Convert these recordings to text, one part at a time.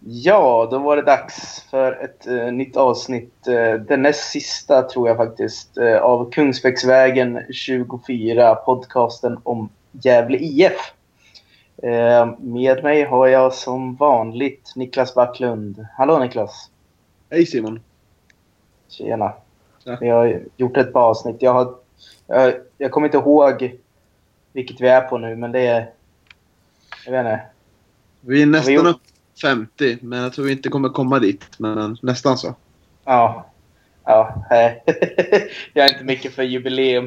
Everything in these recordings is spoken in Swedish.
Ja, då var det dags för ett nytt avsnitt. Det näst sista tror jag faktiskt. Av Kungsbäcksvägen 24, podcasten om Gävle IF. Med mig har jag som vanligt Niklas Backlund. Hallå Niklas. Hej Simon. Tjena. Ja. Vi har gjort ett par avsnitt. Jag kommer inte ihåg vilket vi är på nu, men det är... Jag vet inte. Vi är nästan upp 50, men jag tror vi inte kommer komma dit. Men nästan så. Ja. Jag är inte mycket för jubileum.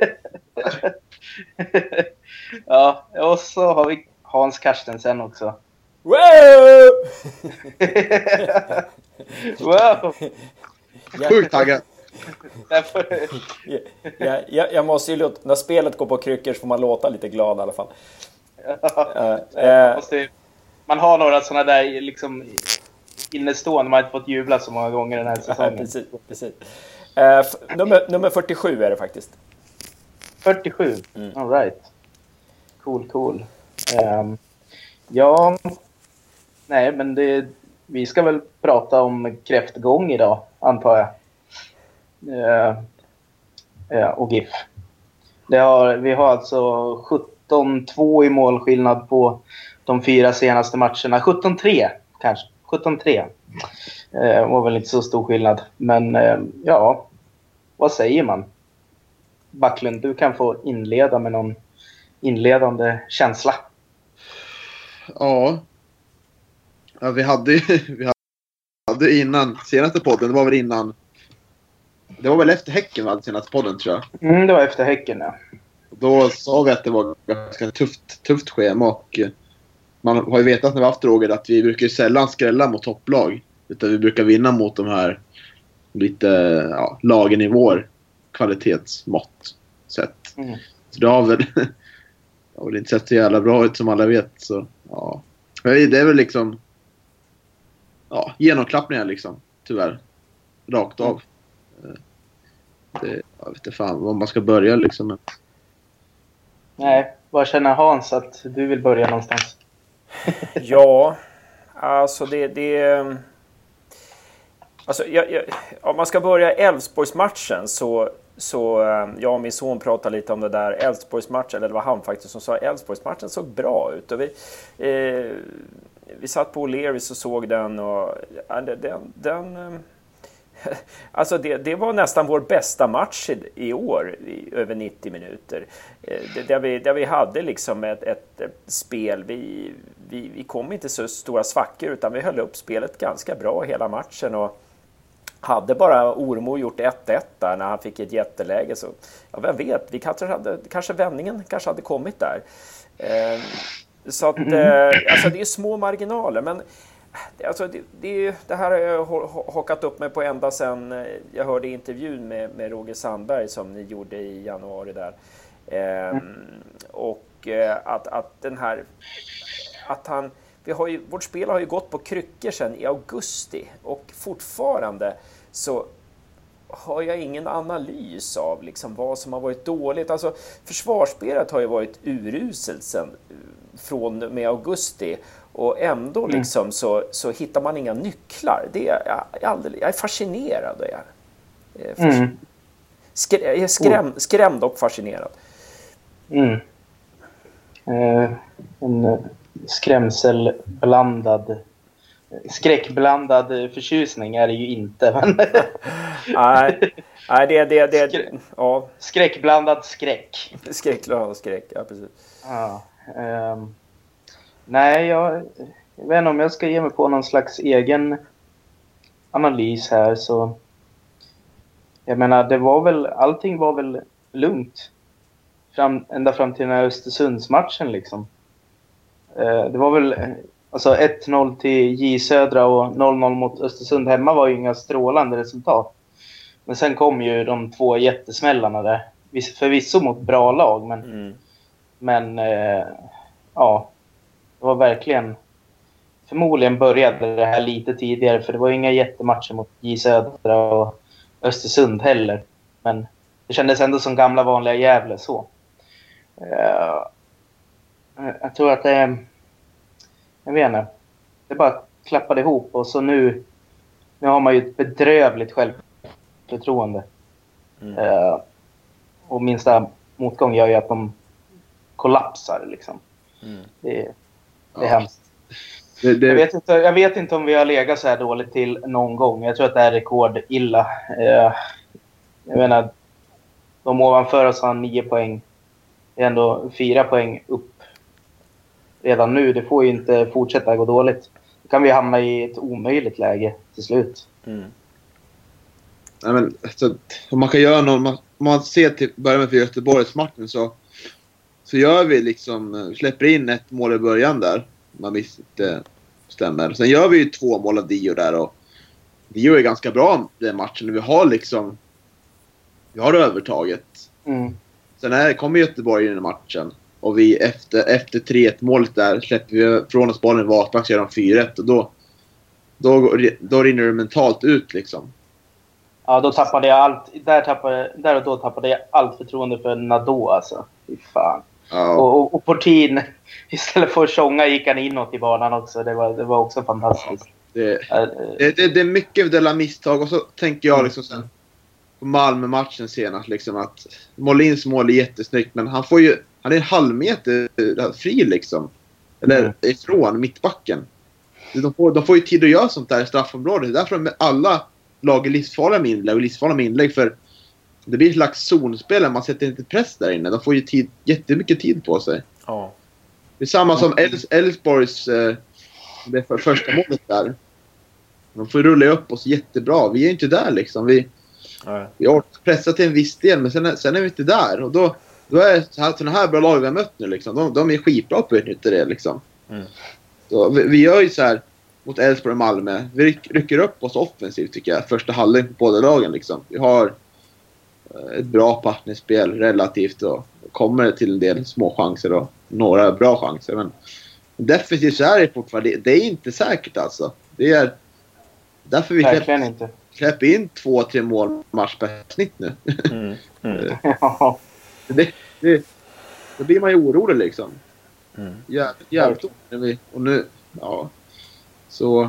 Ja, och så har vi Hans Karstensen också. Wow! Wow! Sjukt taggad. Jag måste ju när spelet går på kryckor så får man låta lite glad i alla fall. Man har några sådana där liksom innestående. Man har inte fått jubla så många gånger den här säsongen. Precis. Nummer 47 är det faktiskt. 47? All right. Cool. Ja, nej men vi ska väl prata om kräftgång idag, antar jag. Och GIF. Vi har alltså 17-2 i målskillnad på de 4 senaste matcherna. 17-3 kanske. 17-3. Var väl inte så stor skillnad. Men ja, vad säger man? Backlund, du kan få inleda med någon inledande känsla. Ja, vi hade innan senaste podden, det var väl efter Häcken vi hade senaste podden tror jag. Det var efter Häcken, ja. Då sa vi att det var ganska tufft schema och man har ju vetat när vi har haft Roger att vi brukar sällan skrälla mot topplag. Utan vi brukar vinna mot de här lite lagen i vår kvalitetsmått sett. Så det har väl inte sett så jävla bra ut som alla vet. Så ja, det är väl liksom genomklappningar liksom, tyvärr. Rakt av. Jag vet inte fan var man ska börja liksom. Nej, vad känner Hans att du vill börja någonstans? Ja, alltså alltså om man ska börja Elfsborgsmatchen så jag och min son pratade lite om det där Elfsborgsmatchen, eller det var han faktiskt som sa Elfsborgsmatchen såg bra ut och vi satt på O'Learys och såg den och den alltså det var nästan vår bästa match i år över 90 minuter. Där vi hade liksom ett spel. Vi kom inte så stora svackor utan vi höll upp spelet ganska bra hela matchen och hade bara Ormo gjort 1-1 där när han fick ett jätteläge så vem vet, kanske vändningen kanske hade kommit där. Så att alltså det är små marginaler men alltså det här har jag hakat upp mig på ända sedan jag hörde intervjun med Roger Sandberg som ni gjorde i januari där. Och att den här vårt spel har ju gått på kryckor sedan i augusti och fortfarande så har jag ingen analys av liksom vad som har varit dåligt. Alltså försvarsspelet har ju varit uruselt sedan från med augusti och ändå liksom så hittar man inga nycklar. Jag är fascinerad. Jag är skrämd och fascinerad. En skräckblandad förtjusning är det ju inte. Men nej, det ja. Skräckblandad skräck. Skräckblandad skräck, ja precis. Ja, nej, jag vet inte om jag ska ge mig på någon slags egen analys här så jag menar allting var väl lugnt ända fram till den här Östersundsmatchen liksom. Det var väl alltså 1-0 till J Södra och 0-0 mot Östersund hemma var ju inga strålande resultat. Men sen kom ju de 2 jättesmällarna där. Förvisso mot bra lag men ja, det var verkligen förmodligen började det här lite tidigare för det var inga jättematcher mot J Södra och Östersund heller. Men det kändes ändå som gamla vanliga Gävle så. Jag tror att det är... Jag vet inte. Det är bara klappade ihop. Och så nu har man ju ett bedrövligt självförtroende. Och minsta motgång gör ju att de kollapsar liksom. Det är hemskt. Jag vet inte om vi har legat så här dåligt till någon gång. Jag tror att det är rekordilla. Jag menar, de ovanför oss har 9 poäng. Det är ändå 4 poäng upp redan nu. Det får ju inte fortsätta gå dåligt. Då kan vi hamna i ett omöjligt läge till slut. Nej, men, alltså, om man kan göra någon, om man ser till början med för Göteborgsmatchen så gör vi liksom, släpper in ett mål i början där. Man visst inte stämmer. Sen gör vi ju 2 mål av Dio där, och Dio är ganska bra den matchen. Vi har övertaget. Sen kommer Göteborg i den matchen, och vi efter 3-1 målet där släpper vi från oss bollen i Vasbacks, gör de 4-1, och då rinner det mentalt ut liksom. Ja, då tappade jag allt. Där och då tappade jag allt förtroende för Nadeau alltså. Fy fan. Ja. Och Portin, istället för att sjunga gick han inåt i banan också. Det var också fantastiskt. Det är mycket dela misstag. Och så tänker jag liksom sen på Malmö-matchen senast liksom, att Molins mål är jättesnyggt, men han är en halvmeter fri liksom. Eller ifrån mittbacken. De får ju tid att göra sånt där i straffområdet. Därför är alla lag är livsfarliga med inlägg, för det blir ett slags zonspel. Man sätter inte press där inne. De får ju jättemycket tid på sig. Ja. Det är samma som Elfsborgs det första målet där. De får rulla upp oss jättebra. Vi är inte där liksom. Vi har pressat till en viss del, men sen är vi inte där. Och då är sådana här bra lag vi har mött nu liksom. De är skitbra på att utnyttja det liksom. Så vi gör ju så här mot Elfsborg och Malmö. Vi rycker upp oss offensivt tycker jag. Första halvlek på båda lagen liksom. Vi har ett bra partnerspel relativt, och kommer till en del små chanser och några bra chanser. Men definitivt så är det fortfarande, det är inte säkert alltså. Det är därför vi släpper in 2-3 mål match per snitt nu. Ja. Då blir man ju orolig liksom. Jävligt orolig. Och nu, så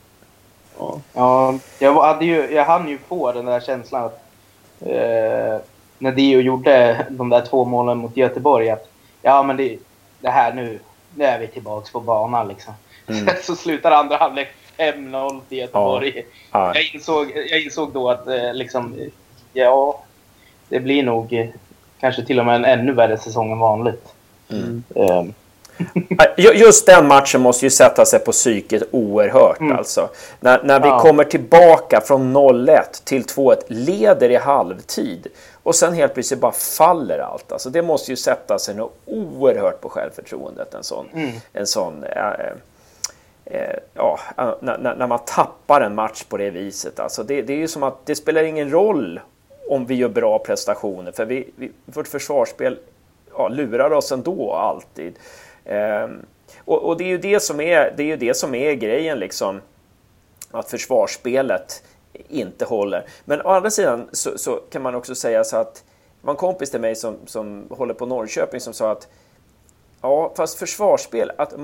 jag hann ju få den där känslan att när Dio gjorde de där 2 målen mot Göteborg, att men det här nu är vi tillbaka på banan liksom. Så slutar andra halvlek 5-0 till Göteborg. Jag insåg då att liksom, det blir nog kanske till och med en ännu värre säsong än vanligt. Just den matchen måste ju sätta sig på psyket oerhört alltså. När vi kommer tillbaka från 0-1 till 2-1, leder i halvtid, och sen helt plötsligt bara faller allt. Alltså det måste ju sätta sig något oerhört på självförtroendet, när man tappar en match på det viset. Alltså det är ju som att det spelar ingen roll om vi gör bra prestationer, för vårt försvarsspel lurar oss ändå alltid. Och det är ju det som är grejen liksom, att försvarsspelet inte håller. Men å andra sidan så kan man också säga så att det var en kompis till mig som håller på Norrköping som sa att fast försvarsspel, att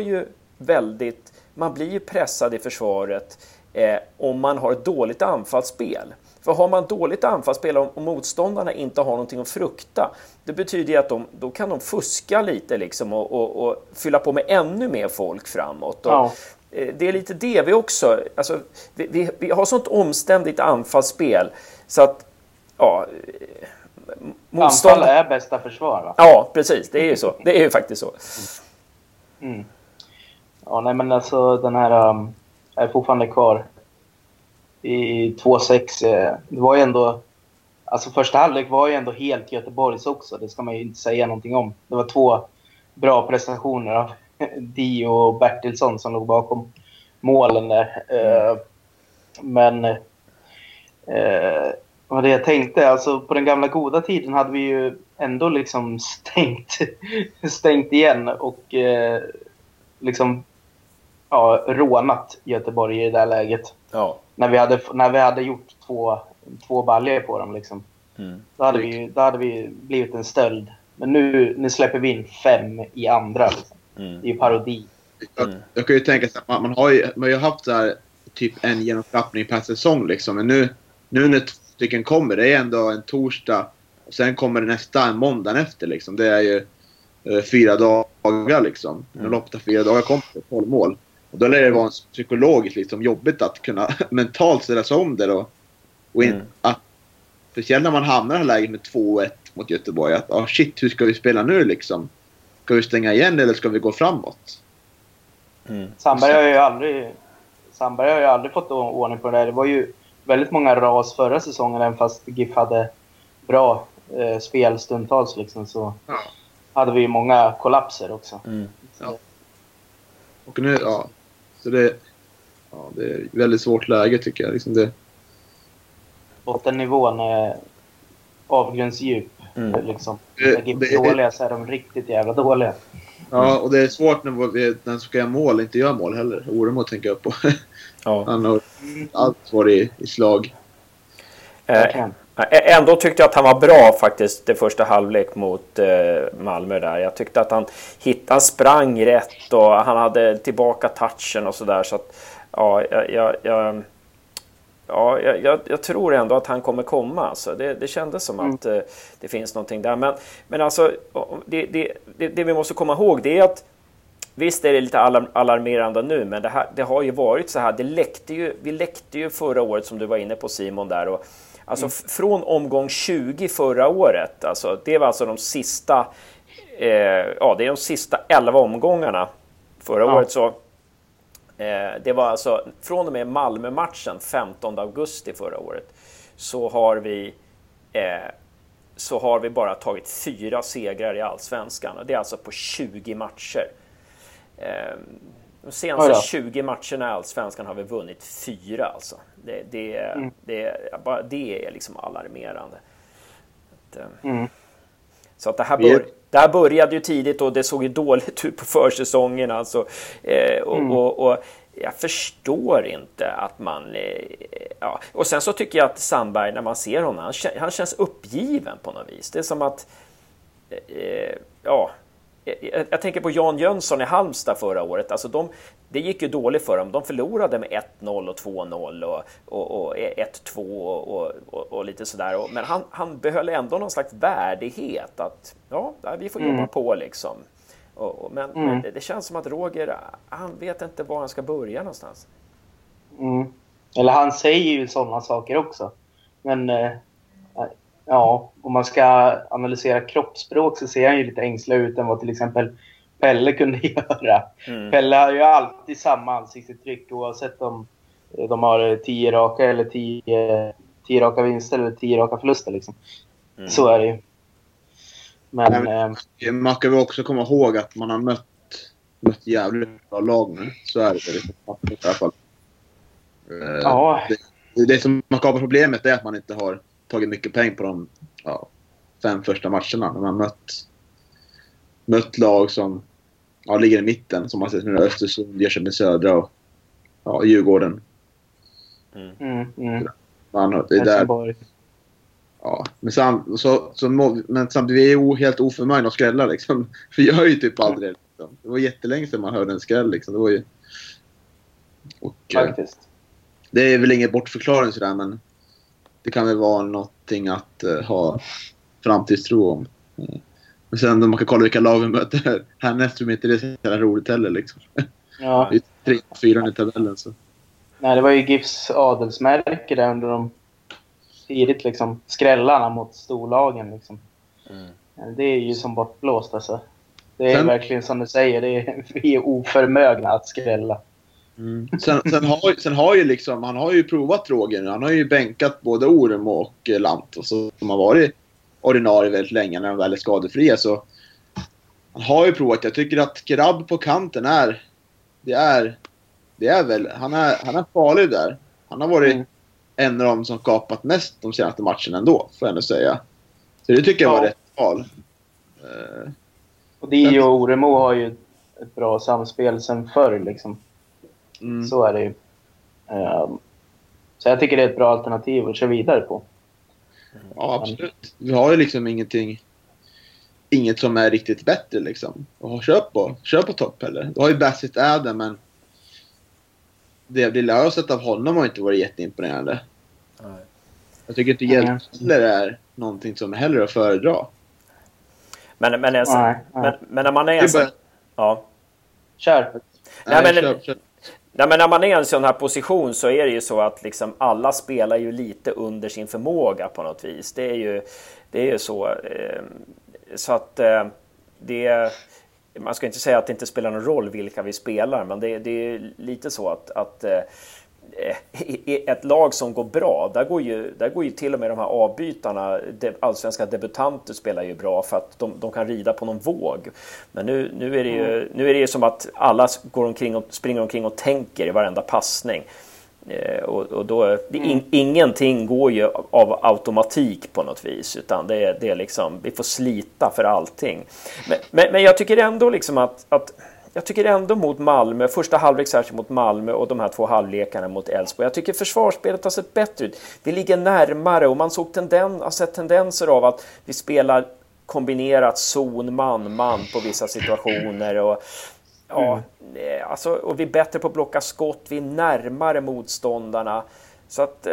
man blir ju pressad i försvaret om man har ett dåligt anfallsspel. För har man dåligt anfallsspel och motståndarna inte har någonting att frukta, det betyder ju att då kan de fuska lite liksom och fylla på med ännu mer folk framåt. Och det är lite det vi också, alltså, vi har sånt omständigt anfallsspel så att anfall är bästa försvar, va? Ja, precis, det är ju så. Det är ju faktiskt så. Ja, nej men alltså den här är fortfarande kvar i 2-6. Det var ju ändå, alltså första halvlek var ju ändå helt Göteborgs också. Det ska man ju inte säga någonting om. Det var 2 bra prestationer av Dio och Bertilsson som låg bakom målen där. Men vad det jag tänkte, alltså på den gamla goda tiden hade vi ju ändå liksom stängt igen och liksom rånat Göteborg i det där läget. Ja. När vi hade gjort två baljor på dem liksom. Då hade vi blivit en stöld. Men nu släpper vi in 5 i andra liksom. Det är ju parodi. Jag kan ju tänka sig att man har ju haft så här typ en genomklappning per säsong liksom. Men nu när 2 stycken kommer, det är ändå en torsdag och sen kommer det nästa en måndag efter liksom. Det är ju 4 dagar liksom. När loppet av 4 dagar kommer det 12 mål. Och då lär det vara en psykologiskt liksom jobbigt att kunna mentalt ställa sig om det då. Och att speciellt när man hamnar i det här läget med 2-1 mot Göteborg. Att shit, hur ska vi spela nu liksom? Ska vi stänga igen eller ska vi gå framåt? Sandberg har ju aldrig fått ordning på det där. Det var ju väldigt många ras förra säsongen, även fast GIF hade bra spel stundtals liksom, så hade vi många kollapser också. Ja. Och nu, så det är ett väldigt svårt läge tycker jag. Liksom det. Bottennivån är avgrundsdjup. Liksom. När GIF är dåliga så är de riktigt jävla dåliga. Ja, och det är svårt när den som ska göra mål inte gör mål heller. Oremo tänker jag på. Han har allt varit i slag. Ändå tyckte jag att han var bra faktiskt det första halvlek mot Malmö där. Jag tyckte att han sprang rätt och han hade tillbaka touchen och sådär. Så att, jag tror ändå att han kommer komma. Alltså. Det kändes som att det finns någonting där. Men alltså, det vi måste komma ihåg det är att visst är det lite alarmerande nu, men det har ju varit så här. Vi läckte ju förra året som du var inne på Simon där. Och, alltså från omgång 20 förra året, alltså, det var alltså de sista, det är de sista 11 omgångarna förra året så. Det var alltså från och med Malmö-matchen 15 augusti förra året så har vi bara tagit 4 segrar i Allsvenskan och det är alltså på 20 matcher. De senaste 20 matcherna i Allsvenskan har vi vunnit 4 alltså. Det är liksom alarmerande. Så att det här började ju tidigt och det såg ju dåligt ut på försäsongen alltså. Och jag förstår inte att man och sen så tycker jag att Sandberg, när man ser honom, han känns uppgiven på något vis. Det är som att jag tänker på Jan Jönsson i Halmstad förra året. Alltså det gick ju dåligt för dem. De förlorade med 1-0 och 2-0 och 1-2 och lite sådär. Men han behöll ändå någon slags värdighet att vi får jobba på liksom. Men det känns som att Roger, han vet inte var han ska börja någonstans. Eller han säger ju sådana saker också. Men om man ska analysera kroppsspråk så ser han ju lite ängslig ut än vad till exempel Pelle kunde göra. Pelle har ju alltid samma ansiktsuttryck oavsett om de har 10 raka eller 10 raka vinster eller 10 raka förluster liksom. Så är det ju. Men man kan väl också komma ihåg att man har mött jävligt bra lag nu. Så är det i alla fall. Det som man skapar problemet är att man inte har tagit mycket pengar på de 5 första matcherna. När man mött lag som ligger i mitten. Som man sett nu, Östersund, Jönköping Södra och Djurgården. Det är där. Ja, men samtidigt vi är helt oförmögna att skrälla liksom. För jag gör ju typ aldrig liksom. Det var jättelänge sedan man hörde en skräll liksom. Det var ju faktiskt. Det är väl ingen bortförklaring sådär, men det kan väl vara någonting att ha framtidstro om. Men sen om man kan kolla vilka lag vi möter härnäst, tror jag inte det är så jävla roligt heller liksom. Ja. Det är 3-4 i tabellen så. Nej, det var ju GIFs adelsmärke där under de tidigt liksom skrällarna mot storlagen liksom. Det är ju som bortblåst alltså. Det är verkligen som du säger, vi är oförmögna att skrälla. Sen har ju liksom, han har ju provat Roger. Han har ju bänkat både Oremo och Lant och så, som har varit ordinarie väldigt länge när de väl är skadefria, så han har ju provat. Jag tycker att Grabb på kanten det är väl, han är farlig där. Han har varit en av dem som skapat mest de senaste matcherna ändå, får jag ändå säga. Så det tycker jag var rätt val. Och Dio och Oremo har ju ett bra samspel sen förr liksom. Så är det ju. Så jag tycker det är ett bra alternativ att köra vidare på. Ja, absolut. Vi har ju liksom ingenting. inget som är riktigt bättre liksom. Och kör på topp heller. Du har ju Bassett Adam, men det lilla jag har sett av honom har inte varit jätteimponerande. Nej. Jag tycker inte Hjelte är någonting som är heller att föredra. Men när man är ja. Kör. Nej, men när man är i en sån här position så är det ju så att liksom alla spelar ju lite under sin förmåga på något vis. Det är ju så. Så att man ska inte säga att det inte spelar någon roll vilka vi spelar, men det är lite så att ett lag som går bra, där går ju till och med de här avbytarna, allsvenska debutanter spelar ju bra för att de kan rida på någon våg. Men nu är det ju som att alla springer omkring och tänker i varenda passning. Och då ingenting går ju av automatik på något vis, utan det är liksom, vi får slita för allting. Men jag tycker ändå liksom att jag tycker ändå mot Malmö, första halvlek särskilt mot Malmö och de här 2 halvlekarna mot Elfsborg, jag tycker försvarsspelet har sett bättre ut. Vi ligger närmare och man har sett tendenser av att vi spelar kombinerat zon, man på vissa situationer och alltså, och vi är bättre på att blocka skott, vi är närmare motståndarna. Så att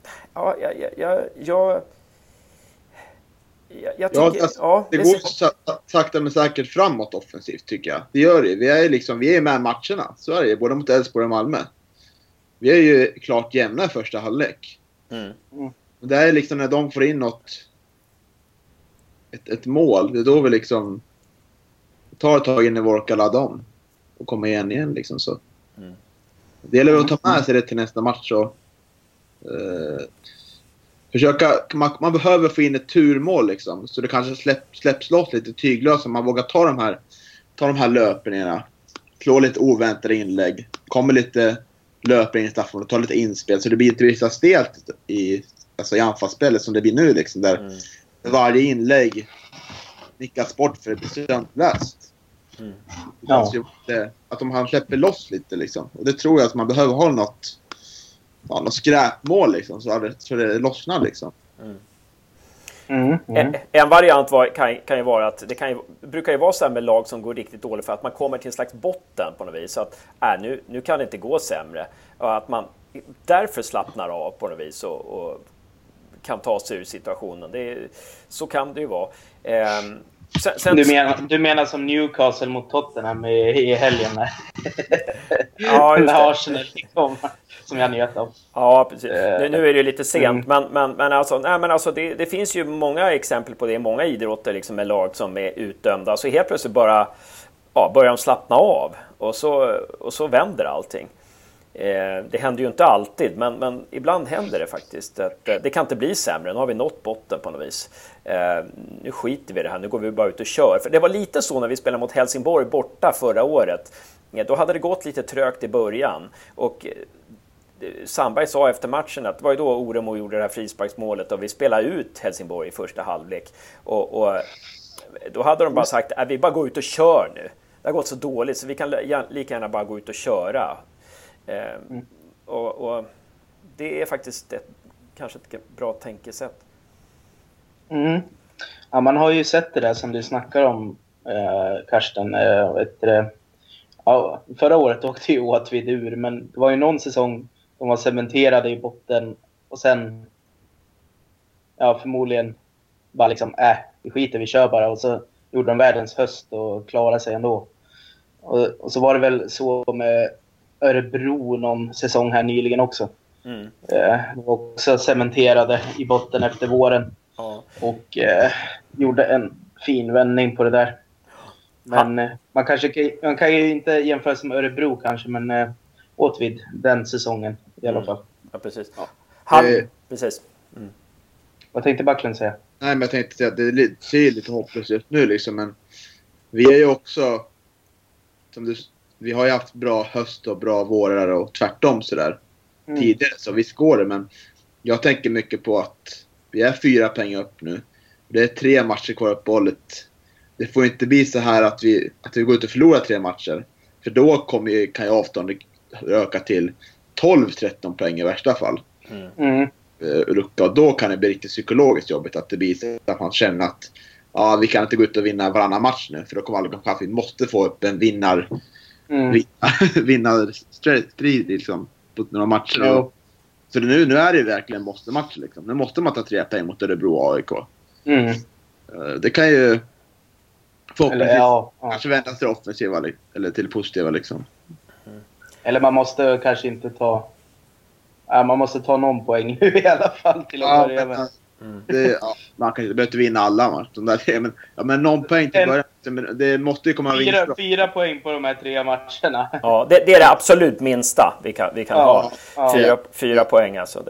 jag tycker, det går sakta men säkert framåt offensivt tycker jag. Det gör det. Vi är med matcherna. Så är det, både mot Elfsborg och Malmö. Vi är ju klart jämna i första halvlek. Och det är liksom när de får in ett mål, det är då vi liksom tar ett tag in i vår ladda om och kommer igen liksom så. Det gäller att ta med sig det till nästa match och försöka, man behöver få in ett turmål liksom, så det kanske släpps loss lite tyglösa, man vågar ta de här löpningarna, slå lite oväntade inlägg, kommer lite löpning i straffområdet, tar lite inspel, så det blir inte vissa stelt i anfallsspelet som det blir nu liksom, där varje inlägg nickas bort för att det blir sönderläst. Att de släpper loss lite liksom, och det tror jag att man behöver ha något skräpmål liksom, så det lossnar liksom. En variant kan ju vara att det brukar ju vara så här med lag som går riktigt dåligt, för att man kommer till en slags botten på något vis, så att nu kan det inte gå sämre, och att man därför slappnar av på något vis och kan ta sig ur situationen. Så kan det ju vara. Du menar som Newcastle mot Tottenham i helgen när Arsenal kom, som jag njöt av. Ja, precis. Nu är det lite sent, men det finns ju många exempel på det i många idrotter liksom, med lag som är utdömda. Så helt plötsligt bara börjar de slappna av och så vänder allting. Det händer ju inte alltid, men ibland händer det faktiskt. Det kan inte bli sämre, nu har vi nått botten på något vis. Nu skiter vi i det här, nu går vi bara ut och kör. För det var lite så när vi spelade mot Helsingborg borta förra året. Då hade det gått lite trögt i början. Och Sandberg sa efter matchen att det var ju då Oremo gjorde det här frisparksmålet och vi spelade ut Helsingborg i första halvlek. Och då hade de bara sagt att vi bara går ut och kör nu. Det har gått så dåligt så vi kan lika gärna bara gå ut och köra. Och det är faktiskt kanske ett bra tänkesätt. Ja, man har ju sett det där som du snackar om, Karsten. Förra året åkte ju Åtvid ur, men det var ju någon säsong de var cementerade i botten och sen förmodligen bara liksom vi skiter, vi kör bara, och så gjorde de världens höst och klarade sig ändå. Och så var det väl så med Örebro någon säsong här nyligen också. De var också cementerade i botten efter våren. Och gjorde en fin vändning på det där. Men man kan ju inte jämföra med Örebro kanske, men Åtvid den säsongen i alla fall. Ja, precis. Precis. Vad tänkte Backlund säga? Nej, men jag tänkte säga att det ser lite hopplöst just nu liksom, men vi är ju också vi har ju haft bra höst och bra vårar och tvärtom sådär tidigare, så visst går det, men jag tänker mycket på att vi är 4 poäng upp nu. Det är 3 matcher kvar upp bollet. Det får inte bli så här att vi går ut och förlorar 3 matcher, för då kan ju avståndet öka till 12-13 poäng i värsta fall. Och då kan det bli riktigt psykologiskt jobbigt, att det blir så att man känner att ja, vi kan inte gå ut och vinna varannan match nu, för då kommer alla kanske att vi måste få upp en vinnarstrid liksom, på några matcher. Jo. Så nu är det verkligen måste-match liksom. Nu måste man ta 3 poäng mot Örebro och AIK. Det kan ju förhoppningsvis kanske vändas till offensiva eller till positiva liksom. Eller man måste kanske inte ta... Ja, man måste ta någon poäng nu i alla fall till att börja med. Man kan inte behöver vinna alla matcher. Men någon poäng till början. Men det måste ju komma vinst. 4 poäng på de här 3 matcherna. Ja, det är det absolut minsta vi kan ha. 4 poäng alltså.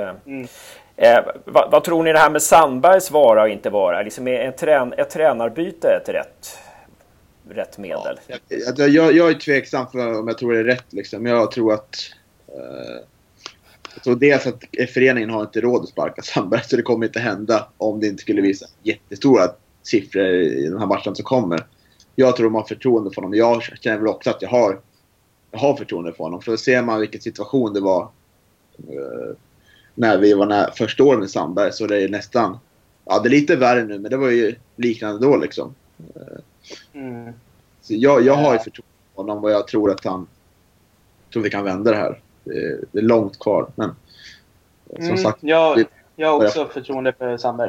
Vad tror ni det här med Sandbergs vara och inte vara? Liksom ett tränarbyte ett rätt medel? Jag är tveksam för om jag tror det är rätt. Liksom. Jag tror att... Så dels att föreningen har inte råd att sparka Sandberg, så det kommer inte hända om det inte skulle visa jättestora siffror i den här matchen som kommer. Jag tror de har förtroende för honom. Jag känner väl också att jag har förtroende för honom. För då ser man vilken situation det var när vi var första året med Sandberg, så det är nästan... Ja, det är lite värre nu, men det var ju liknande då liksom. Så jag har ju förtroende för honom och jag tror att tror vi kan vända det här. Det är långt kvar, men som sagt... Jag har också förtroende för Sandberg.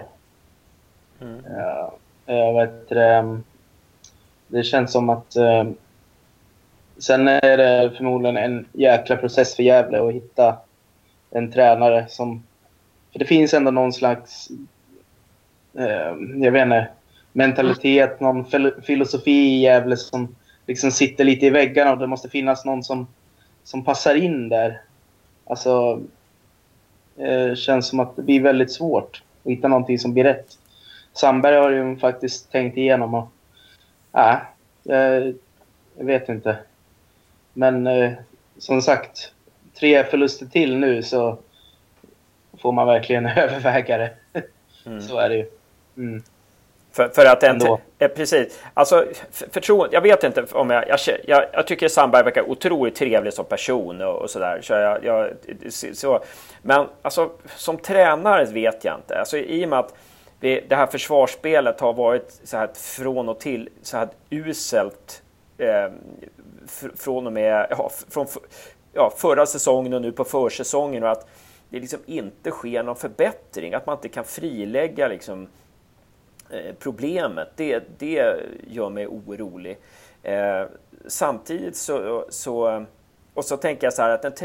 Jag vet, det känns som att sen är det förmodligen en jäkla process för Gävle att hitta en tränare som... För det finns ändå någon slags jag vet inte, mentalitet, någon filosofi i Gävle som liksom sitter lite i väggarna, och det måste finnas någon som passar in där. Alltså känns som att det blir väldigt svårt att hitta någonting som blir rätt. Sandberg har ju faktiskt tänkt igenom och jag vet inte. Men som sagt, 3 förluster till nu, så får man verkligen överväga det. Så är det ju. För att precis. Alltså förtroende, jag vet inte om jag tycker Sandberg verkar otroligt trevlig som person och sådär. Så men alltså som tränare vet jag inte. Alltså i och med att det här försvarsspelet har varit så här från och till så här uselt från och med från förra säsongen och nu på försäsongen, och att det liksom inte sker någon förbättring, att man inte kan frilägga liksom problemet, det gör mig orolig. Samtidigt så tänker jag så här att en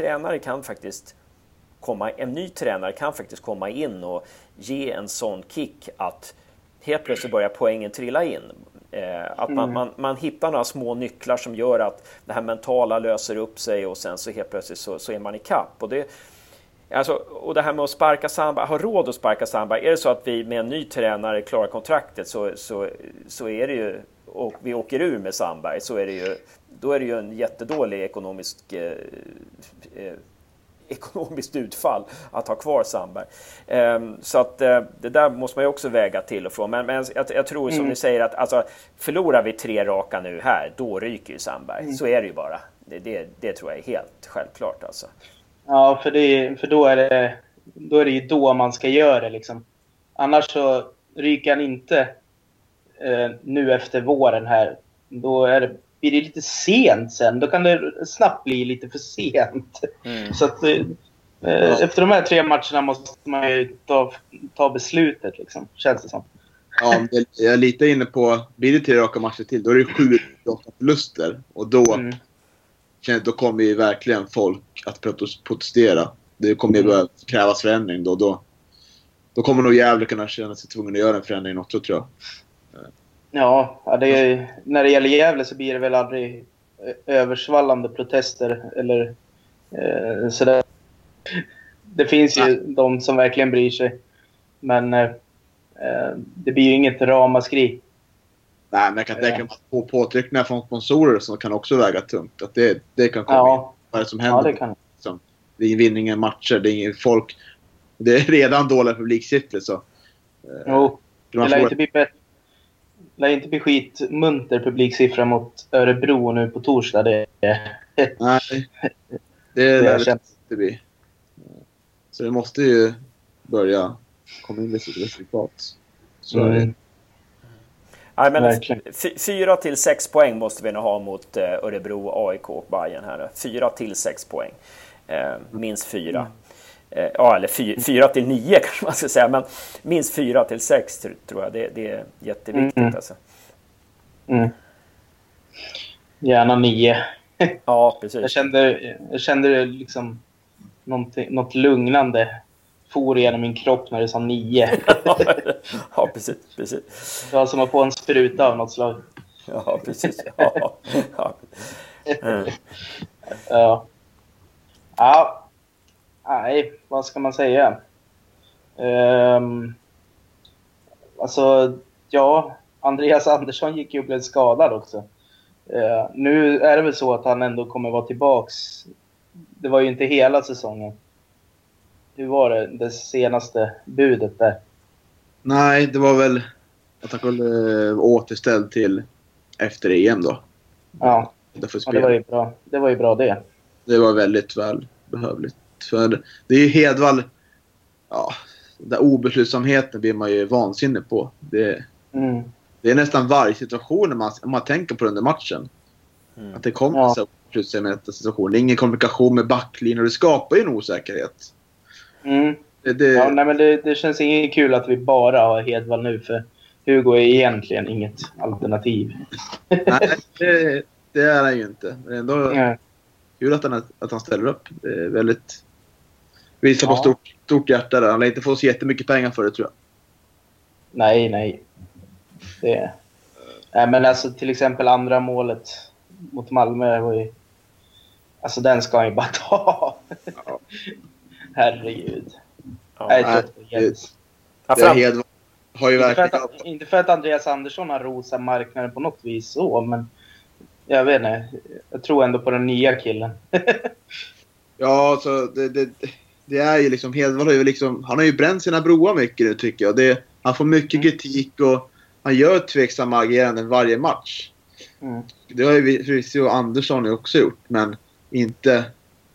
ny tränare kan faktiskt komma in och ge en sån kick att helt plötsligt börjar poängen trilla in. Att man hittar några små nycklar som gör att det här mentala löser upp sig, och sen så helt plötsligt så är man i kapp. Och det här med att sparka Sandberg, ha råd att sparka Sandberg, är det så att vi med en ny tränare klarar kontraktet så är det ju, och vi åker ur med Sandberg, så är det ju, då är det ju en jättedålig ekonomiskt utfall att ha kvar Sandberg. Så att det där måste man ju också väga till och från. Men jag tror som ni säger att alltså, förlorar vi 3 raka nu här, då ryker ju Sandberg. Så är det ju bara. Det tror jag är helt självklart alltså. Ja, för då är det ju då man ska göra det liksom. Annars så ryker han inte nu efter våren här. Då blir det lite sent sen. Då kan det snabbt bli lite för sent. Så att efter de här 3 matcherna måste man ju ta beslutet liksom, känns det som. Ja, jag är lite inne på, blir det 3 raka matcher till, då är det 7 raka förluster. Och då kommer ju verkligen folk att protestera. Det kommer ju börja krävas förändring då kommer nog Gävle kunna känna sig tvungen att göra en förändring också, tror jag. Ja, när det gäller Gävle så blir det väl aldrig översvallande protester eller sådär. Det finns ju de som verkligen bryr sig, men det blir ju inget ramaskri. Nej, men jag kan tänka mig att få påtryckningar från sponsorer som kan också väga tungt. Att det kan komma in. Vad är det som händer? Ja, det kan. Det är vinningen matcher, det är ingen folk. Det är redan dåliga publiksiffror, så. Det lär inte bli skitmunter publiksiffra mot Örebro nu på torsdag. Nej, det lär inte bli. Så det måste ju börja komma in med sitt resultat. Så Nej, men Verkligen. 4-6 poäng måste vi nog ha mot Örebro, AIK och Bayern här. 4-6 poäng. Minst 4. Ja, eller 4-9 kanske man ska säga. Men minst 4-6 tror jag. Det är jätteviktigt alltså. Gärna 9. Ja, precis. Jag kände liksom något lugnande for genom min kropp när det sa 9. Ja, precis. Det var som att få en spruta av något slag. Ja, precis. Ja. Ja. Nej, vad ska man säga? Alltså, ja, Andreas Andersson gick ju och blev skadad också. Nu är det väl så att han ändå kommer vara tillbaks. Det var ju inte hela säsongen. Hur var det senaste budet där? Nej, det var väl att han kunde återställd till efter EM då. Ja, det var ju bra. Det var ju bra det. Det var väldigt välbehövligt. För det är ju Hedvall, ja, den där obeslutsamheten blir man ju vansinnig på. Det är nästan varje situation om man tänker på den där matchen. Att det kommer så obeslutsamhet situation. Ingen kommunikation med backlinjen och det skapar ju en osäkerhet. Ja, nej, men det känns inget kul att vi bara har Hedvall nu, för Hugo är egentligen inget alternativ. Nej, det är han ju inte. Men ändå kul att han ställer upp. Det är väldigt... Visar på stort hjärta där. Han lär inte få så jättemycket pengar för det, tror jag. Nej. Nej, men alltså till exempel andra målet mot Malmö var ju... Alltså den ska han ju bara ta. Ja. Herregud. Ja, Nej, det Hedvall har ju verkligen... Inte för att Andreas Andersson har rosat marknaden på något vis så, men jag vet inte. Jag tror ändå på den nya killen. Ja, så det är ju liksom... Hedvall har ju liksom... Han har ju bränt sina broar mycket nu, tycker jag. Han får mycket kritik och han gör tveksamma ageranden varje match. Det har ju Frisio och Andersson också gjort, men inte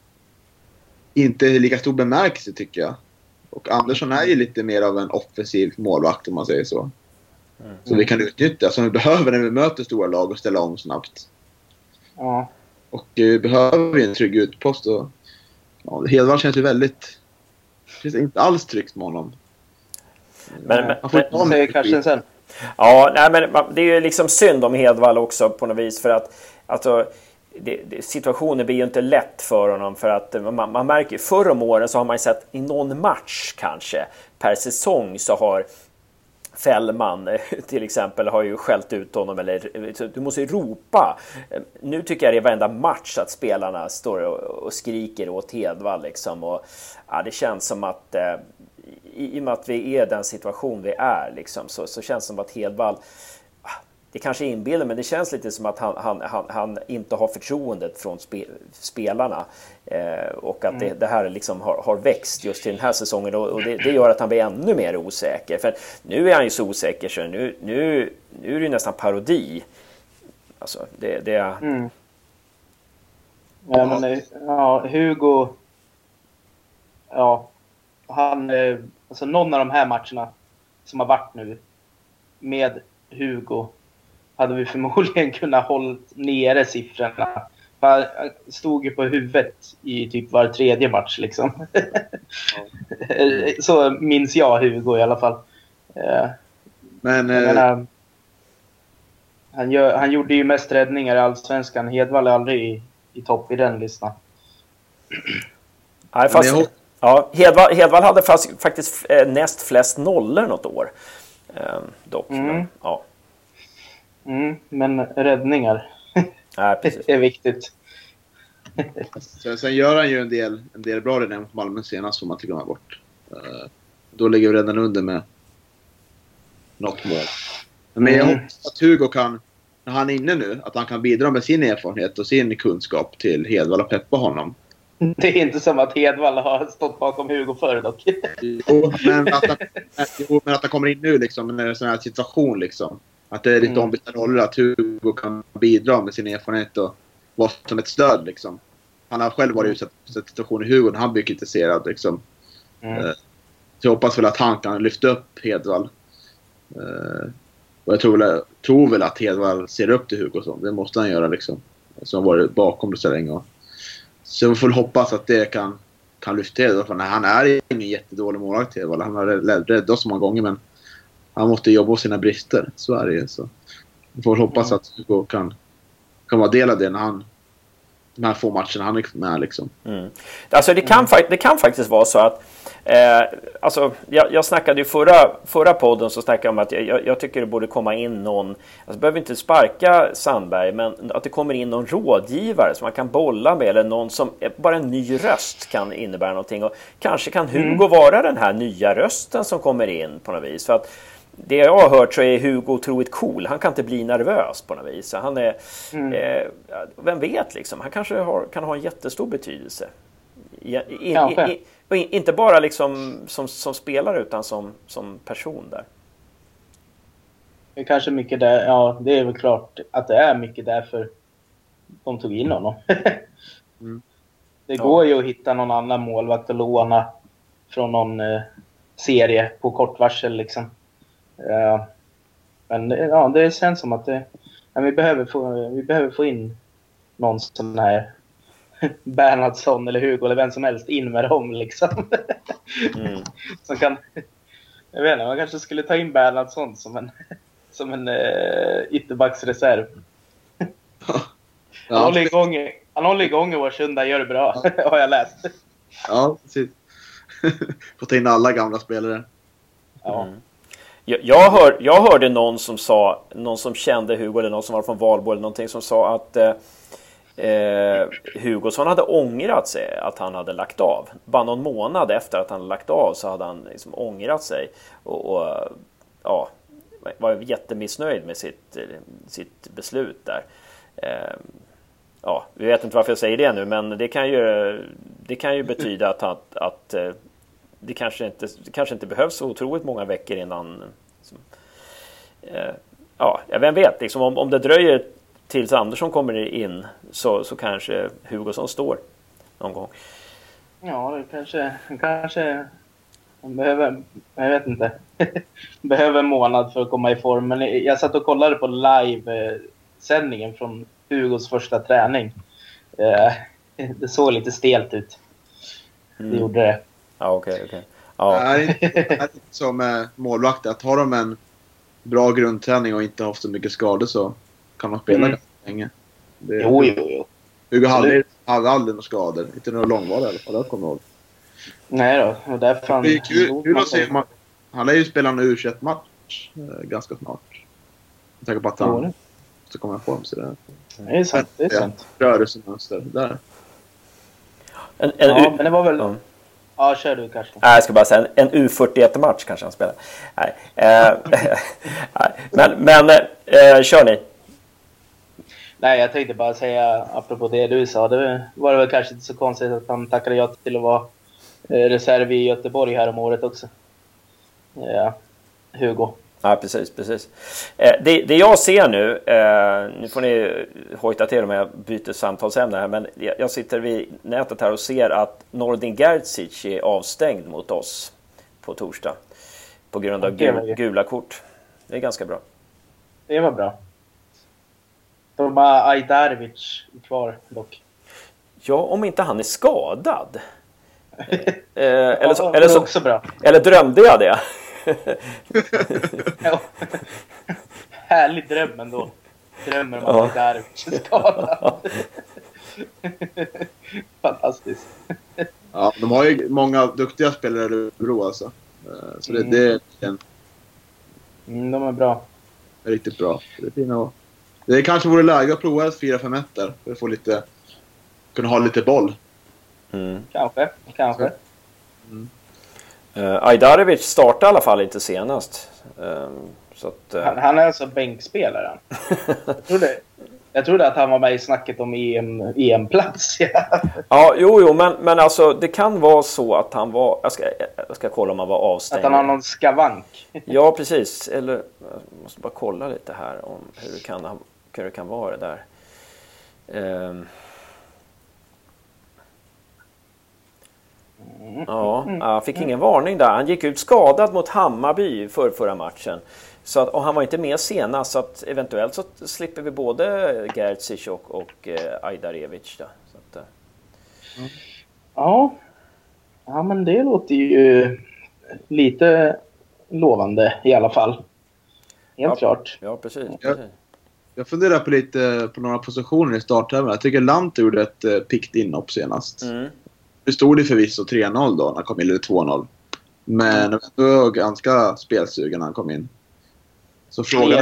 lika stor bemärkelse, tycker jag. Och Andersson är ju lite mer av en offensiv målvakt, om man säger så. Så vi kan utnyttja som vi behöver när vi möter stora lag och ställa om snabbt. Ja. Och behöver vi en trygg utpost. Och, Hedvall känns ju väldigt... Det känns inte alls tryggt med honom. Men kanske sen. Ja, nej, men det är ju liksom synd om Hedvall också på något vis, för att alltså, situationen blir ju inte lätt för honom, för att man märker förr om åren så har man ju sett i någon match kanske per säsong så har Fällman till exempel har ju skällt ut honom, eller du måste ju ropa. Nu tycker jag det är varenda match att spelarna står och skriker åt Hedvall liksom, och ja, det känns som att i och med att vi är den situation vi är liksom, så känns det som att Hedvall, det kanske är inbilder, men det känns lite som att han inte har förtroendet från spelarna, och att det här liksom har växt just till den här säsongen, och det gör att han blir ännu mer osäker, för nu är han ju så osäker så nu är det ju nästan parodi. Alltså Hugo, han, alltså någon av de här matcherna som har varit nu med Hugo hade vi förmodligen kunnat hålla nere siffrorna. Han stod ju på huvudet i typ var tredje match liksom. Så minns jag Hugo i alla fall. Men han gjorde ju mest räddningar i Allsvenskan. Hedvall är aldrig i topp i den listan. Nej, fast, Hedvall hade faktiskt näst flest nollor något år. Dock. Men räddningar är viktigt. Sen gör han ju en del bra räddningar mot Malmö senast, som man inte glömma bort. Då ligger vi redan under med något mål. Men jag hoppas att Hugo kan, när han är inne nu, att han kan bidra med sin erfarenhet och sin kunskap till Hedvall och peppa honom. Det är inte som att Hedvall har stått bakom Hugo förr dock. Jo, men att han kommer in nu liksom, när det är en sån här situation liksom. Att det är lite ombytta roller, att Hugo kan bidra med sin erfarenhet och vara som ett stöd liksom. Han har själv varit utsatt för situation i Hugo när han blir kritiserad liksom. Så jag hoppas väl att han kan lyfta upp Hedvall. Och jag tror väl att Hedvall ser upp till Hugosson. Det måste han göra liksom. Som har varit bakom det så länge. Så vi får hoppas att det kan lyfta Hedvall. För han är ingen jättedålig målvakt Hedvall. Han har räddat oss så många gånger, men han måste jobba på sina brister. Så är det. Så vi får hoppas att Hugo kan vara del av det när de här få matcherna han är med liksom. Alltså det kan faktiskt vara så att alltså jag snackade ju förra podden, så snackade jag om att jag tycker det borde komma in någon, alltså behöver inte sparka Sandberg, men att det kommer in någon rådgivare som man kan bolla med, eller någon som bara en ny röst kan innebära någonting, och kanske kan Hugo vara den här nya rösten som kommer in på något vis. För att det jag har hört så är Hugo otroligt cool. Han kan inte bli nervös på något vis. Han är, vem vet liksom. Han kanske kan ha en jättestor betydelse. Inte bara liksom som spelare, utan som person där. Det är kanske mycket där. Ja, det är väl klart att det är mycket därför de tog in honom. Det går ju att hitta någon annan målvakt och låna från någon serie på kort varsel liksom. Men ja, det känns som att vi behöver få in någon sån här Bernhardsson eller Hugo eller vem som helst in med dem liksom. Som kan, jag vet inte, man kanske skulle ta in Bernhardsson som en ytterbacksreserv. Han håller igång i Årsunda, gör det bra, har jag läst. Ja, precis. Får ta in alla gamla spelare. Ja. Jag hörde någon som kände Hugo, eller någon som var från Valbo eller någonting, som sa att Hugosson hade ångrat sig att han hade lagt av. Bara någon månad efter att han hade lagt av så hade han liksom ångrat sig och var jättemissnöjd med sitt beslut där. Vi vet inte varför jag säger det nu, men det kan ju betyda att det kanske inte behövs så otroligt många veckor innan vem vet liksom, om det dröjer tills Andersson kommer in så kanske Hugosson står någon gång. Ja, det kanske behöver, jag vet inte. Behöver en månad för att komma i form, men jag satt och kollade på live-sändningen från Hugos första träning. Det såg lite stelt ut. Det gjorde det. Ja, okej. Ja. Det är som målvakt, att har de en bra grundträning och inte haft så mycket skador så kan de spela ganska länge. Jo. Hugo hade aldrig några skador, inte några långvariga i alla fall, jag kommer ihåg. Nej då, och därför han... Det är kul att se, han lär ju spela en U21-match ganska snart. Jag tänker på att han så kommer jag på dem så där. Det är sant. Rörelsemönster där. Men det var väl... Ja, kör du kanske. Nej, jag ska bara säga en U41-match kanske han spelar. Nej. Men kör ni. Nej, jag tänkte bara säga, apropå det du sa, det var väl kanske inte så konstigt att han tackade ja till att vara reserv i Göteborg här om året också. Hugo. Ja, precis. Det jag ser nu, nu får ni hojta till om jag byter samtalsämne här, men jag sitter vid nätet här och ser att Nordin Gerzic är avstängd mot oss på torsdag på grund av gula kort. Det är ganska bra. Det var bra. De har Ajdarevic kvar dock. Ja, om inte han är skadad. Eller drömde jag det? Härlig dröm ändå. Drömmer man att Ajdarevic är skadad. Fantastiskt. Ja, de har ju många duktiga spelare i Örebro alltså. Så det de är bra. Riktigt bra. Det kanske vore läge att prova 4-5-1 där. För att få kunna ha lite boll. Kanske. Ajdarevic startade i alla fall inte senast. Så att, han är alltså bänkspelaren. Jag trodde att han var med i snacket om EM-plats. Ja, jo, men alltså det kan vara så att han var... Jag ska kolla om han var avstängd. Att han har någon skavank. Ja, precis. Eller jag måste bara kolla lite här om hur det kan vara det där. Ja, han fick ingen varning där. Han gick ut skadad mot Hammarby förra matchen. Så att, och han var inte med senast, så att eventuellt så slipper vi både Gerzic och Ajdarevic där. Så att, Ja, men det låter ju lite lovande i alla fall. Helt klart. Ja, precis. Jag funderar på lite på några positioner i starttävlingen. Jag tycker Lant gjorde ett pikt inhopp senast. Det stod det förvisso 3-0 då när han kom in, eller 2-0. Men det var ganska spelsugen när han kom in. Så frågan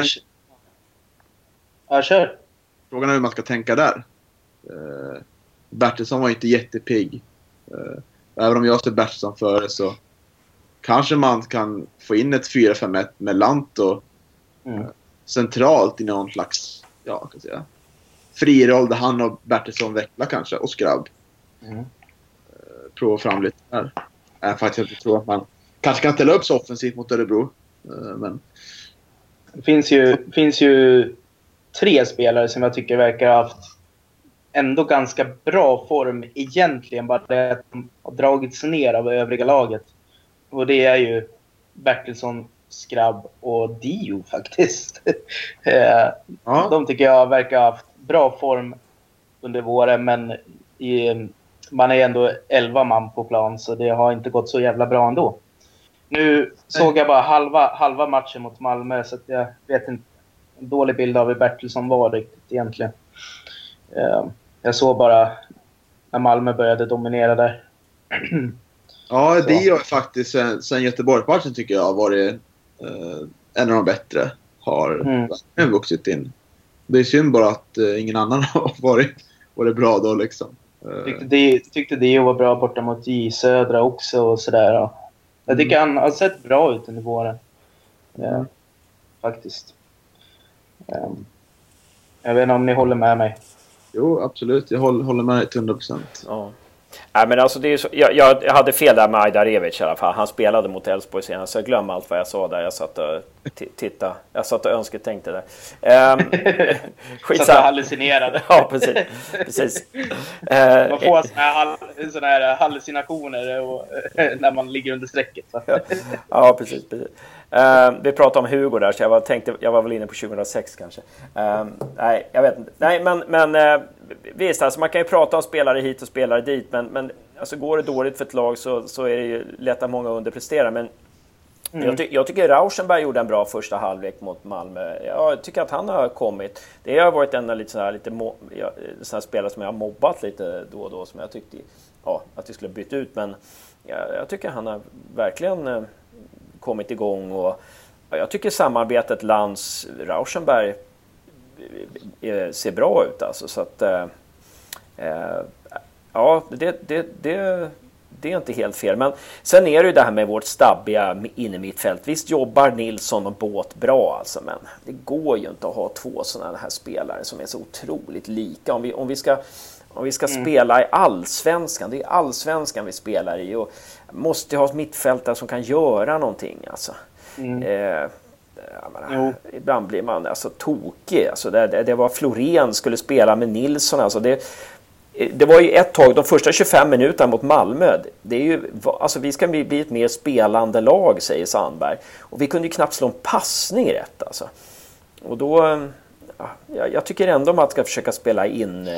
är hur man ska tänka där. Bertilsson var inte jättepigg. Även om jag ser Bertilsson före så kanske man kan få in ett 4-5-1 med Lant och centralt i någon slags kan säga, friroll där han och Bertilsson vecklar kanske och Skrabb. Prova fram lite där. Jag faktiskt inte tror att man kanske kan ställa upp så offensivt mot Örebro. Men det finns ju 3 spelare som jag tycker verkar ha haft ändå ganska bra form egentligen, bara det att de har dragits ner av övriga laget. Och det är ju Bertilsson, Skrabb och Dio faktiskt. De tycker jag verkar ha haft bra form under våren, men man är ändå 11 man på plan, så det har inte gått så jävla bra ändå. Nu såg jag bara halva matchen mot Malmö, så att jag vet inte en dålig bild av hur Bertilsson var riktigt egentligen. Jag såg bara när Malmö började dominera där. Ja, det har faktiskt sen Göteborgsmatchen tycker jag har varit en av de bättre. Har vuxit in. Det är synd bara att ingen annan har varit bra då liksom. Tyckte det var bra borta mot J Södra också och sådär. Ja. Jag tycker han har sett bra ut under våren. Faktiskt. Jag vet inte om ni håller med mig. Jo, absolut. Jag håller med dig till 100%. Ja. Nej, men alltså det är så, jag hade fel där med Ajdarevic i alla fall. Han spelade mot Elfsborg senast, så jag glömde allt vad jag sa där. Jag satt och tittade. Jag satt och önsketänkte där. Satt och hallucinerade. Ja, precis. Man får såna här hallucinationer när man ligger under strecket. Ja, precis. Vi pratade om Hugo där, så jag var väl inne på 2006 kanske. Nej, jag vet inte. Nej, men visst, alltså man kan ju prata om spelare hit och spelare dit, men alltså går det dåligt för ett lag så är det ju lätt att många underpresterar. Men jag tycker Rauschenberg gjorde en bra första halvlek mot Malmö. Jag tycker att han har kommit. Det har varit en lite sån här spelare som jag har mobbat lite då och då, som jag tyckte att vi skulle byta ut. Men jag tycker han har verkligen kommit igång, och jag tycker samarbetet Lantz-Rauschenberg ser bra ut alltså, så att det är inte helt fel. Men sen är det ju det här med vårt stabbiga innermittfält. Visst jobbar Nilsson och Båt bra alltså, men det går ju inte att ha 2 sådana här spelare som är så otroligt lika. Om vi ska spela i allsvenskan, det är allsvenskan vi spelar i, och måste ha mittfältare som kan göra någonting alltså. Ibland blir man alltså tokig alltså. Det var Florén skulle spela med Nilsson alltså. Det var ju ett tag, de första 25 minuterna mot Malmö, det är ju, alltså vi ska bli ett mer spelande lag, säger Sandberg, och vi kunde ju knappt slå en passning rätt alltså. Och då jag tycker ändå att man ska försöka spela in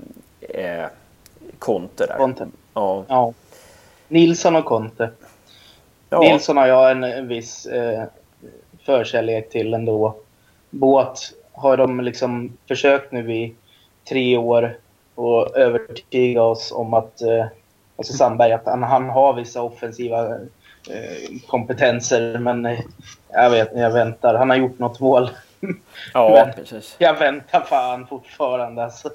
Conte där. Conte. Ja. Nilsson och Conte. Ja. Nilsson har jag en viss förkärlek till ändå. Båt har de liksom försökt nu i 3 år och övertyga oss om att alltså Sandberg, att han har vissa offensiva kompetenser, men jag väntar. Han har gjort något mål. Ja, precis. Jag väntar fan fortfarande alltså.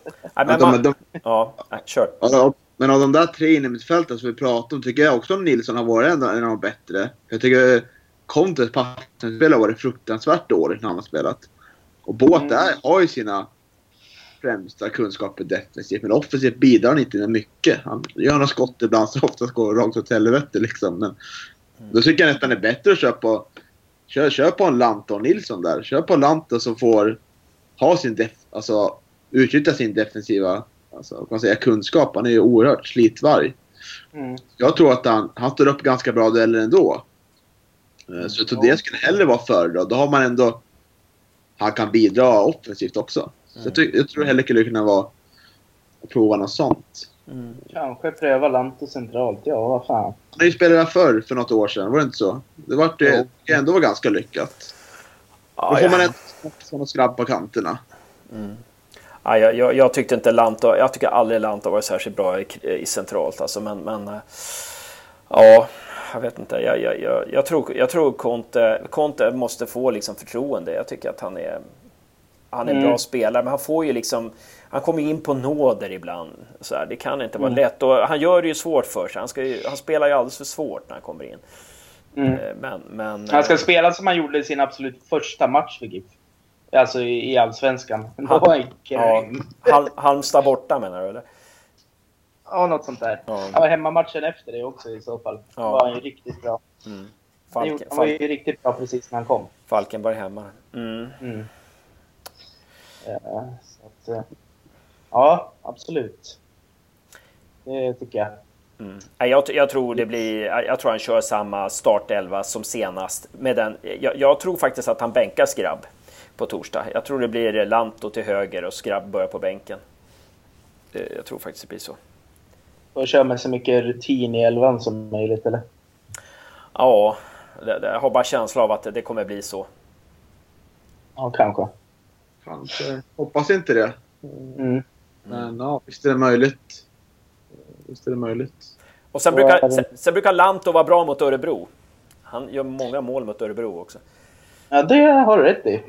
Kör. Men av de där 3 inne i mittfältet som vi pratar om, tycker jag också att Nilsson har varit en av de bättre. Jag tycker Contes passningsspel har varit fruktansvärt dåligt när han har spelat. Och Båt där har ju sina främsta kunskaper defensivt, men offensivt bidrar han inte med mycket. Han gör några skott ibland så oftast går rakt åt helvete liksom. Men då tycker jag nästan det är bättre att kör på en Lanton Nilsson där. Kör på Lanton som får ha sin utnyttja sin defensiva, alltså kan man säga, kunskap. Han är ju oerhört slitvarg. Jag tror att han står upp ganska bra dueller ändå. Så jag tror det skulle hellre vara föredra. Då har man ändå... Han kan bidra offensivt också. Så jag tror hellre skulle kunna vara att prova något sånt. Kanske pröva Lanto centralt. Ja, vad fan. Han har ju spelat förr för något år sedan. Var det inte så? Det var ändå var ganska lyckat. Då får man ett skrabb på kanterna. Ja, jag tyckte inte Lanto... Jag tycker aldrig Lanto var särskilt bra i centralt. Alltså, men ja... Jag vet inte. Jag tror Conte måste få liksom förtroende. Jag tycker att han är en bra spelare, men han får ju liksom, han kommer in på nåder ibland så här. Det kan inte vara lätt, och han gör det ju svårt för sig. Han spelar ju alldeles för svårt när han kommer in. Men han ska spela som han gjorde i sin absolut första match för GIF. Alltså i Allsvenskan. Halmstad borta menar du eller? Ja, något sånt där. Ja. Han var hemmamatchen efter det också i så fall. Ja. Var han ju riktigt bra. Han var ju riktigt bra precis när han kom. Falkenberg hemma. Så att, ja, absolut. Det tycker jag. Jag tror det blir... Jag tror han kör samma startelva som senast. Med den, jag tror faktiskt att han bänkar Skrabb på torsdag. Jag tror det blir Lanto till höger och Skrabb börjar på bänken. Jag tror faktiskt det blir så. Och kör med så mycket rutin i elvan som möjligt, eller? Ja, jag har bara känsla av att det kommer bli så. Ja, kanske. Hoppas inte det. Men ja, visst är det möjligt. Och sen brukar Lanto vara bra mot Örebro. Han gör många mål mot Örebro också. Ja, det har du rätt i.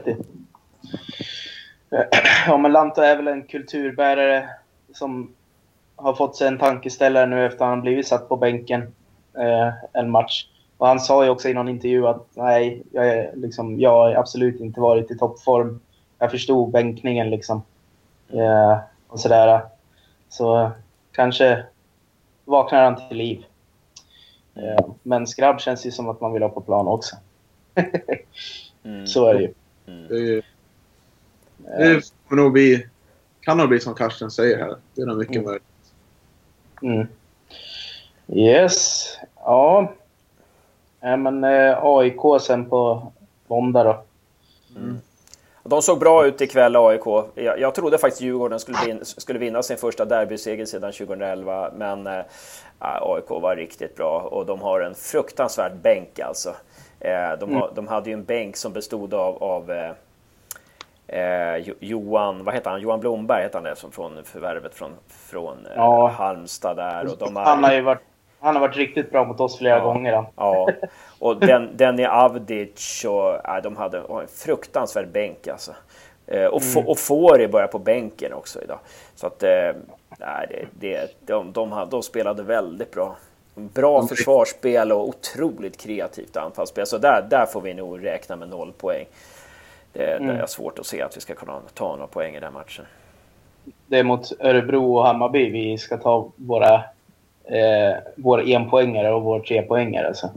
Ja, men Lanto är väl en kulturbärare som har fått sig en tankeställare nu efter att han blivit satt på bänken en match. Och han sa ju också i någon intervju att nej, jag har absolut inte varit i toppform. Jag förstod bänkningen liksom. Och sådär. Så kanske vaknar han till liv. Men Skrabb känns ju som att man vill ha på plan också. Så är det ju. Det kan nog bli som Karsten säger här. Det är nog mycket möjligt. Yes. Ja. Men AIK sen på måndag då. De såg bra ut ikväll, AIK. Jag trodde faktiskt Djurgården skulle vinna sin första derbyseger sedan 2011. Men AIK var riktigt bra. Och de har en fruktansvärd bänk alltså. De hade ju en bänk som bestod av Johan, vad heter han? Johan Blomberg heter han det, som från förvärvet från Halmstad där. Och han har varit riktigt bra mot oss flera gånger. Då. Ja, och Denny Avdic och de hade en fruktansvärd bänk alltså. Och Fåri börjar på bänken också idag. Så att de spelade väldigt bra. Bra försvarsspel och otroligt kreativt anfallsspel. Så där får vi nog räkna med 0 poäng. Det är svårt att se att vi ska kunna ta några poäng i den matchen. Det är mot Örebro och Hammarby vi ska ta våra 1-poängare och vår 3-poängare alltså.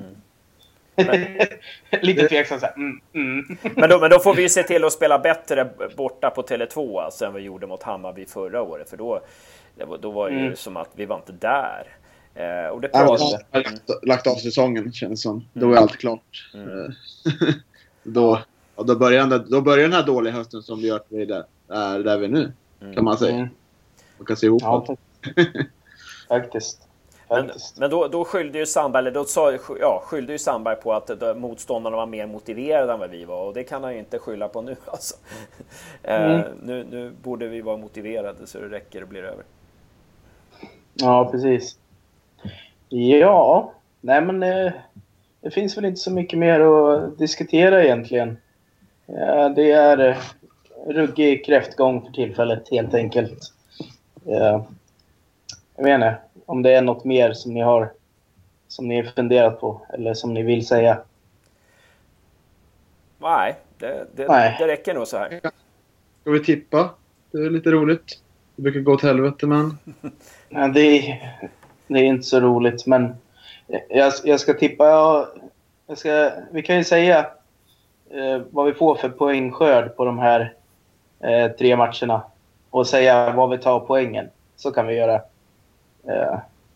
Lite tveksam så här. Men då får vi se till att spela bättre borta på Tele2 alltså, än vi gjorde mot Hammarby förra året, för då var det ju som att vi var inte där. Och det lagt av säsongen känns som. Då är allt klart. Då börjar den här dåliga hösten som vi gör där vi är nu, kan man säga. Man kan se ihop allt. Faktiskt. Men då skyllde ju Sandberg på att motståndarna var mer motiverade än vad vi var, och det kan han ju inte skylla på nu alltså. Nu borde vi vara motiverade så det räcker och blir över. Ja, precis. Ja, nej men det finns väl inte så mycket mer att diskutera egentligen. Det är ruggig kräftgång för tillfället helt enkelt. Jag vet inte om det är något mer som ni har funderat på eller som ni vill säga. Nej, det räcker nog så här. Ska vi tippa? Det är lite roligt. Det brukar gå till helvete, men... Ja, det är inte så roligt, men jag ska tippa. Vi kan ju säga vad vi får för poängskörd på de här 3 matcherna och säga vad vi tar poängen. Så kan vi göra.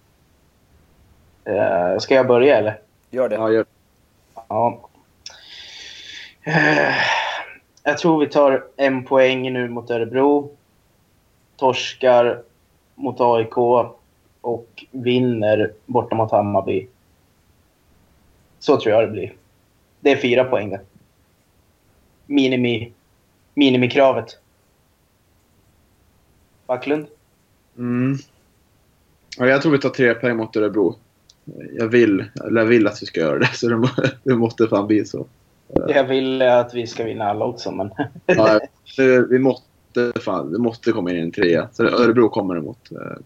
Ska jag börja eller? Gör det. Ja, gör. Ja. Jag tror vi tar en poäng nu mot Örebro. Torskar mot AIK och vinner borta mot Hammarby. Så tror jag det blir. Det är 4 poäng där. Minimikravet. Backlund? Ja, jag tror vi tar 3 poäng mot Örebro. Jag vill att vi ska göra det, så det måste fan bli så. Jag vill att vi ska vinna alla också, men... Ja, vi måste komma in i en 3. Så Örebro kommer emot.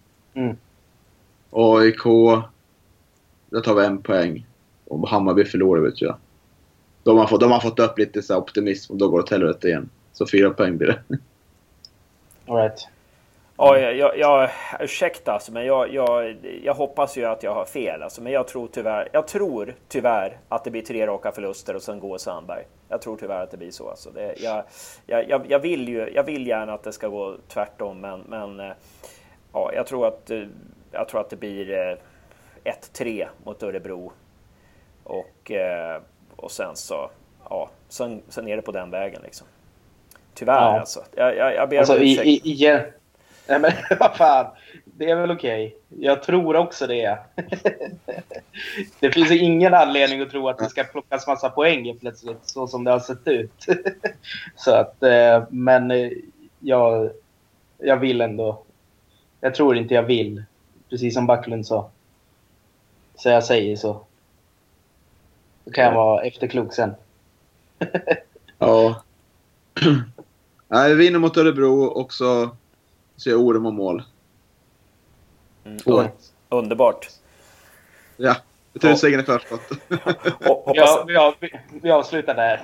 AIK, där tar vi 1 poäng. Och Hammarby förlorar vi, tror jag. De har fått upp lite så här optimism och då går det åt helvete igen. Så 4 poäng blir det. All right. Ja, jag ursäkta alltså, men jag hoppas ju att jag har fel alltså, men jag tror tyvärr att det blir 3 raka förluster och sen går Sandberg. Jag tror tyvärr att det blir så alltså. Jag vill gärna att det ska gå tvärtom, men ja, jag tror att det blir 1-3 mot Örebro och sen så sen är det på den vägen liksom. Tyvärr alltså. Jag ber om ursäkt. Nej, men vad fan. Det är väl okej. Jag tror också det. Det finns ingen anledning att tro att det ska plockas massa poäng plötsligt, så som det har sett ut. Så att, men jag vill ändå. Jag tror inte jag vill. Precis som Backlund sa. Så jag säger så. Då kan jag vara efterklok sen. Ja. Nej, vi vinner mot Örebro och så är Orem och mål. 2-1. Underbart. Ja, det tror jag segern är förskott. Ja, vi avslutar där.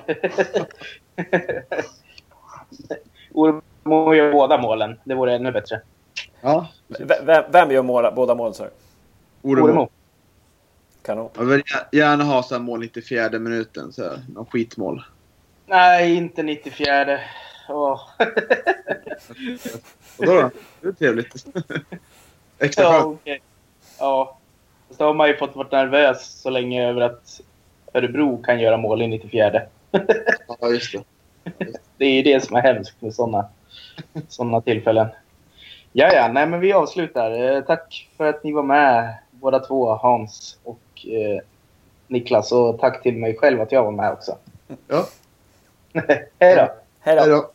Orem gör båda målen. Det vore ännu bättre. Ja. Vem gör båda målen, så? Oremo. Kanon. Jag vill gärna ha så här mål 94 minuten, så här, någon skitmål. Nej, inte 94. Och då? Det är trevligt. Extra ja, skönt. okay. Ja. Så har man ju fått vara nervös så länge över att Örebro kan göra mål i 94. Ja, just det. Det är ju det som är hemskt med såna tillfällen. Ja, nej, men vi avslutar. Tack för att ni var med, båda två, Hans och Niklas. Och tack till mig själv att jag var med också. Ja. Hej då. Hej då.